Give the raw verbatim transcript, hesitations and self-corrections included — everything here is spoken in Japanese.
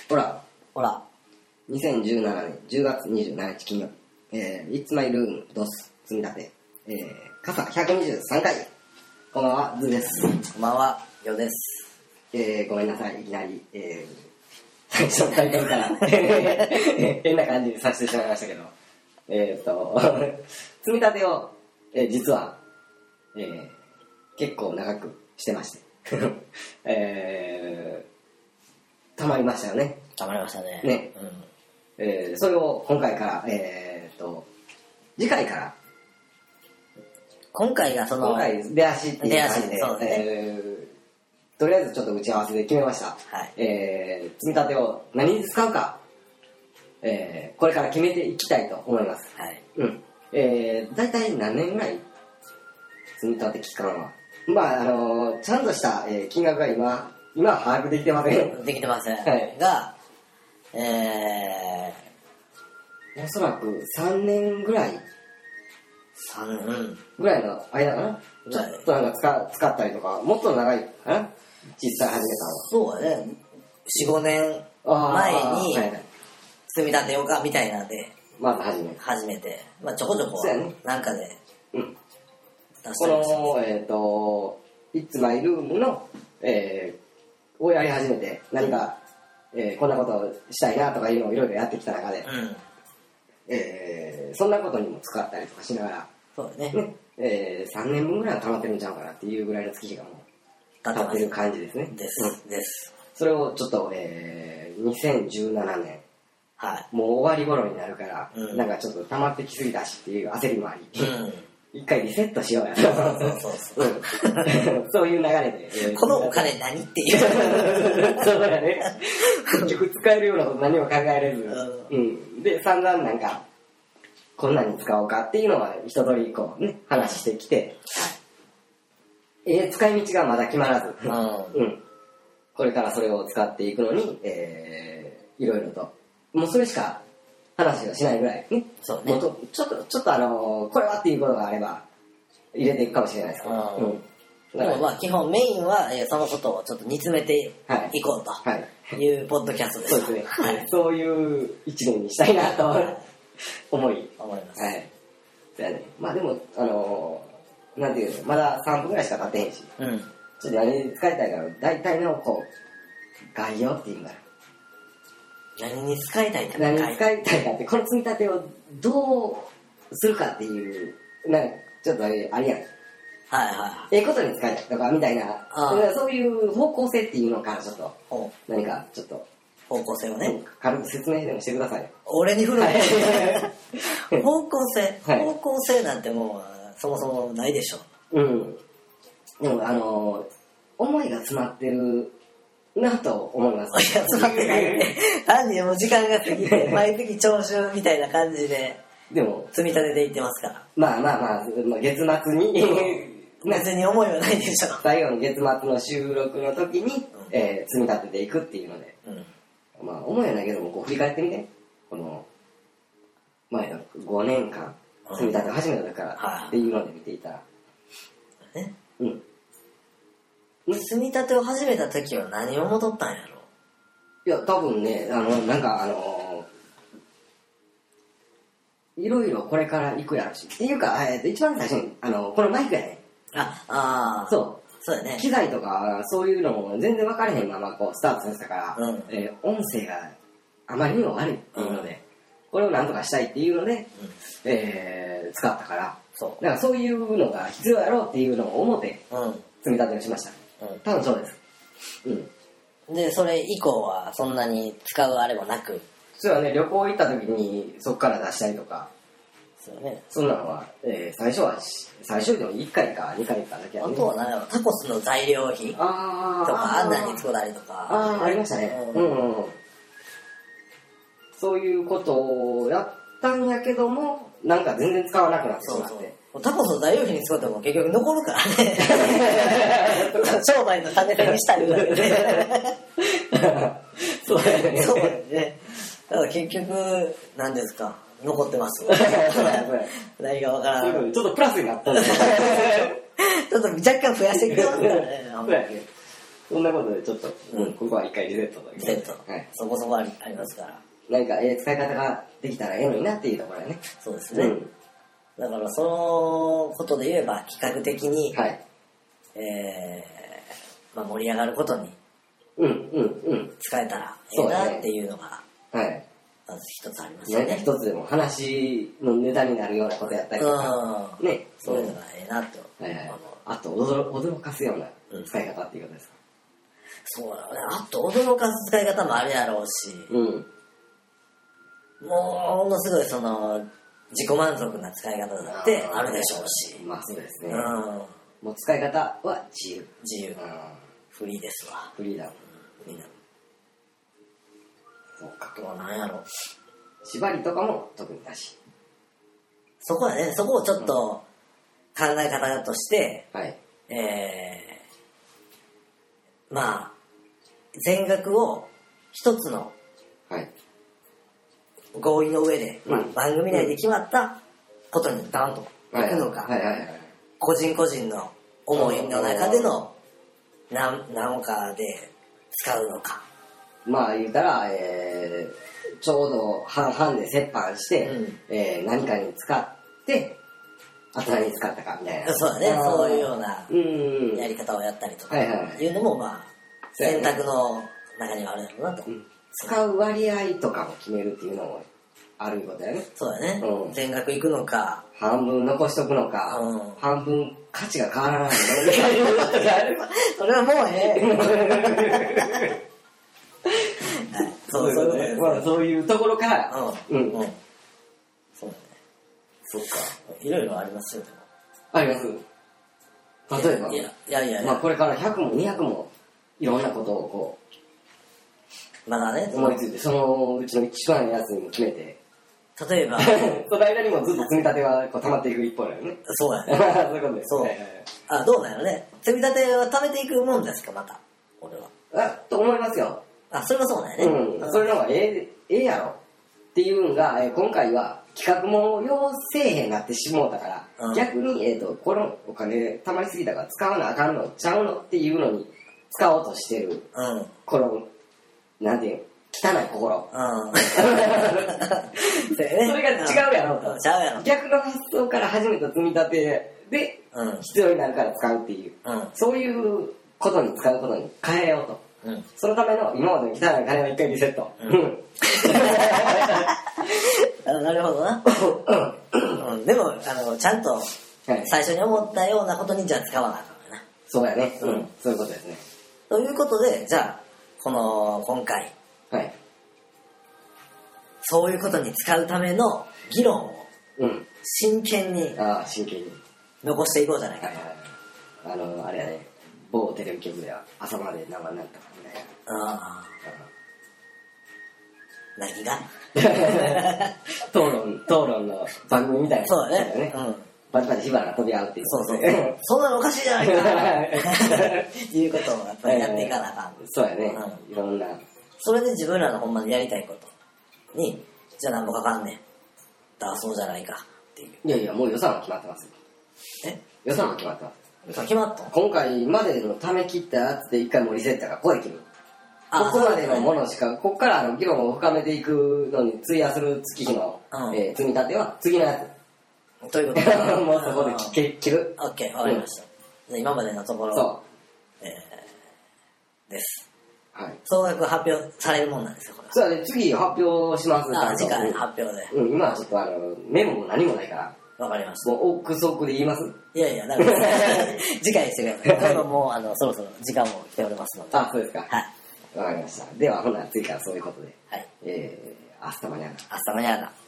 ほらほらにせんじゅうななねんじゅうがつにじゅうしちにち金曜日、えー、It's My Room ドス積み立て、えー、傘ひゃくにじゅうさんかい。こんばんは、ズーです。 こんばんは、ヨです。 えー、ごめんなさい、いきなり、えー、最初の大会から変な感じにさせてしまいましたけど、えーっと積み立てを、えー、実は、えー、結構長くしてましてえー、たまりましたよね。 たまりましたね。 ね、うん、えー、それを今回から、えーっと次回から今回がその今回出足っていう感じで、 出足、そうですね、 えー、とりあえずちょっと打ち合わせで決めました。 はい、 えー、積み立てを何に使うか、えー、これから決めていきたいと思います。 はい。 うん。えー、大体何年ぐらい積み立て期間は、まああのー、ちゃんとした、えー、金額が今今は把握できてません。 できてません。 はい。 が、えー、おそらくさんねんぐらい。 さんねんぐらいの間かな。ちょっとなんか 使, 使ったりとか、もっと長いかな。実際始めたのは。 そうだね。よん、ごねんまえに積み立てようかみたいなんで、 まず始め始めて、まあちょこちょこなんかで出したりして、うん、この、えっ、ー、と、It's My Room の、えー、をやり始めて、何か、えー、こんなことをしたいなとかいうのをいろいろやってきた中で、 うん、 えー、そんなことにも使ったりとかしながら、 そうだね。 ね、えー、さんねんぶんぐらいは溜まってるんちゃうかなっていうぐらいの月日がもう溜まってる感じですね。 です、うん、です。 それをちょっと、えー、にせんじゅうななねん、 はい、 もう終わり頃になるから、うん、なんかちょっと溜まってきすぎたしっていう焦りもあり、うん、一回リセットしようやと。 そうそうそう、うん、 そういう流れで、えー、このお金何っていうそうだね。結局使えるようなこと何も考えれず、うん、で散々なんかこんなに使おうかっていうのは一通りこうね話してきて、えー、使い道がまだ決まらず、うん、これからそれを使っていくのに、えー、いろいろともうそれしか話がしないぐらいね。 そうね。 もうとちょっとちょっとあのー、これはっていうことがあれば入れていくかもしれないですけど、うん、 でもまあ基本メインは、えー、そのことをちょっと煮詰めていこうというポッドキャストです。 そうですね。はい、そういう一年にしたいなと思い思います。 はい。そうやね。まあでもあのー、なんていうのまださんぷんぐらいしか経ってへんし、うん、ちょっと何に使いたいか大体のこう概要っていうか何に使いたいか何に使いたいかってこの積み立てをどうするかっていうなんかちょっとあれありやん。 はいはい。 ええことに使いたいとかみたいな、そういう方向性っていうのからちょっと何かちょっと方向性をね、 軽く説明でもしてください。 俺に振る方向性、はい、方向性なんてもうそもそもないでしょ。うん。 でもあの思いが詰まってるなと思います。 いや詰まってないね。単にもう時間が過ぎて毎月徴収みたいな感じででも積み立てていってますから。 まあまあまあ、まあ、月末に別に思いはないでしょ。 最後の月末の収録の時に、うんえー、積み立てていくっていうので、うん、まあ思いはないけどもこう振り返ってみてこの前のごねんかん積み立てを始めた時からっていうので見ていたら、 うん、ね、うん、積み立てを始めた時は何を戻ったんやろ。 いや多分ねあのなんかあのいろいろこれから行くやろしっていうか、えー、と一番最初にあのこのマイクやね。 ああそうそうやね。 機材とかそういうのも全然分かれへんままこうスタートさせたから、うんえー、音声があまりにも悪いっていうので、うん、これをなんとかしたいっていうので、うんえー、使ったからそうだからそういうのが必要やろうっていうのを思って積み立てをしました、うん、多分そうです、 うん、でそれ以降はそんなに使うあれもなくそうはね旅行行った時にそこから出したりとかそうねそんなのは、えー、最初は最初でもいっかいかにかいかだけやね。 あとは何やろタコスの材料費とかあんなに作ったりとかああありましたね、うんうんうん、そういうことをやったんやけどもなんか全然使わなくなってしまってそうそうタコスの材料費に使っても結局残るからね商売の種手にしたりだけでそうだよねそうだよねだから結局何ですか残ってます何がわからない。 ちょっとプラスになったんですちょっと若干増やしてきてますからね。 そんなことでちょっと、うん、ここは一回リセットと。 リセット。はい。そこそこあり、ありますから。 何か、えー、使い方ができたらええのになっていうところだね。 そうですね。うん、だから、そのことで言えば、企画的に、はい。えー、まあ盛り上がることに、 うんうんうん。 使えたらええなっていうのが、はい。まず一つありますよね。 一つでも話のネタになるようなことやったりとか、ね。 そういうのがええなと。 はいはい。あと驚、驚かすような使い方っていうことですか。 そうだね。あと驚かす使い方もあるやろうし、うん、ものすごいその自己満足な使い方だってあるでしょうし。 まあそうですね。うん、もう使い方は自由。 自由。うん、フリーですわ。 フリーダム。 フリーダム。 そうか。 あとは何やろ。 縛りとかも特になし。 そこはね、そこをちょっと考え方として、うん、はい。えー、まあ、全額を一つの合意の上で、はい、まあ、番組内で決まったことにダンといくのか、個人個人の思いの中での何、何かで使うのか。 まあ言うたら、えー、ちょうど半々で折半して、うん、えー、何かに使って、あと何に使ったかみたいな。 そうだね、そういうようなやり方をやったりとかいうのも、まあ、選択の中にはあるだろうなと。うん、 使う割合とかも決めるっていうのもあることだよね。 そうだね。うん、全額いくのか。 半分残しとくのか。うん、半分価値が変わらないのか。 それはもうね。 そうそうね。まあそういうところから。うん。うん。そうだね。 そっか。いろいろありますよ、でも。 あります。例えば。 いや、いやいや。 まあこれからひゃくもにひゃくもいろんなことをこう。まだね。 思いついて、そのうちの一番のやつにも決めて。 例えば。 その間にもずっと積み立てはこう溜まっていく一方だよね。 そうやね。 そういうことです。 そう。あ、どうなのね。積み立ては溜めていくもんですか、また。俺は。 あ、と思いますよ。 あ、それはそうだよね。 うん。それの方がええ、ええやろ。っていうのが、えー、今回は企画も要せえへんなってしもうたから、うん、逆に、えっと、このお金溜まりすぎたから使わなあかんのちゃうのっていうのに使おうとしてる。うん。この、なんていう汚い心。うん。それが違うやろと。 ちゃうやろ。 逆の発想から始めた積み立てで、必要になるから使うっていう。うん。そういうことに使うことに変えようと。うん、そのための今までの汚い金は一回リセット。うん、 なるほどな。うん、でもあのちゃんと最初に思ったようなことにじゃあ使わなあかんな。 そうやね。うん、そういうことですね。 ということでじゃあこの今回、はい、そういうことに使うための議論を真剣に、 うん、あ真剣に残していこうじゃないかと。 はいはいはい、あのあれやね。某テレビ局では朝まで生になったかみたいな。ああ。 何が討論、討論の番組みたいな。 そうだね。うん。 バチバチ火花飛び合うっていう。 そうそう。そんなのおかしいじゃないかいうことをやっぱりやっていかなあかん。 そうやね。いろんな。 それで自分らのほんまにやりたいことに、じゃあ何もかかんねん。だからそうじゃないかっていう。 いやいや、もう予算は決まってますよ。え予算は決まってます。 決まった？ 今回までのため切ったやつで一回もうリセットがここで切る。ここまでのものしか、ここからの議論を深めていくのに費やする月日の、うん、えー、積み立ては次のやつ。ということでもうそこで切る。 オッケー、わかりました。うん、今までのところ、そう。えー、です。はい。総額発表されるもんなんですよ、これ。 そうだね、次発表します。 あ、次回発表で。 うん、今はちょっとあの、メモも何もないから。 わかりました。 もう憶測で言います？ いやいや、だから次回にしてください。もうあのそろそろ時間も来ておりますので。 あ、そうですか。はい。わかりました。ではほな次からそういうことで。はい。えー、アスタマニャーナ。 アスタマニャーナ。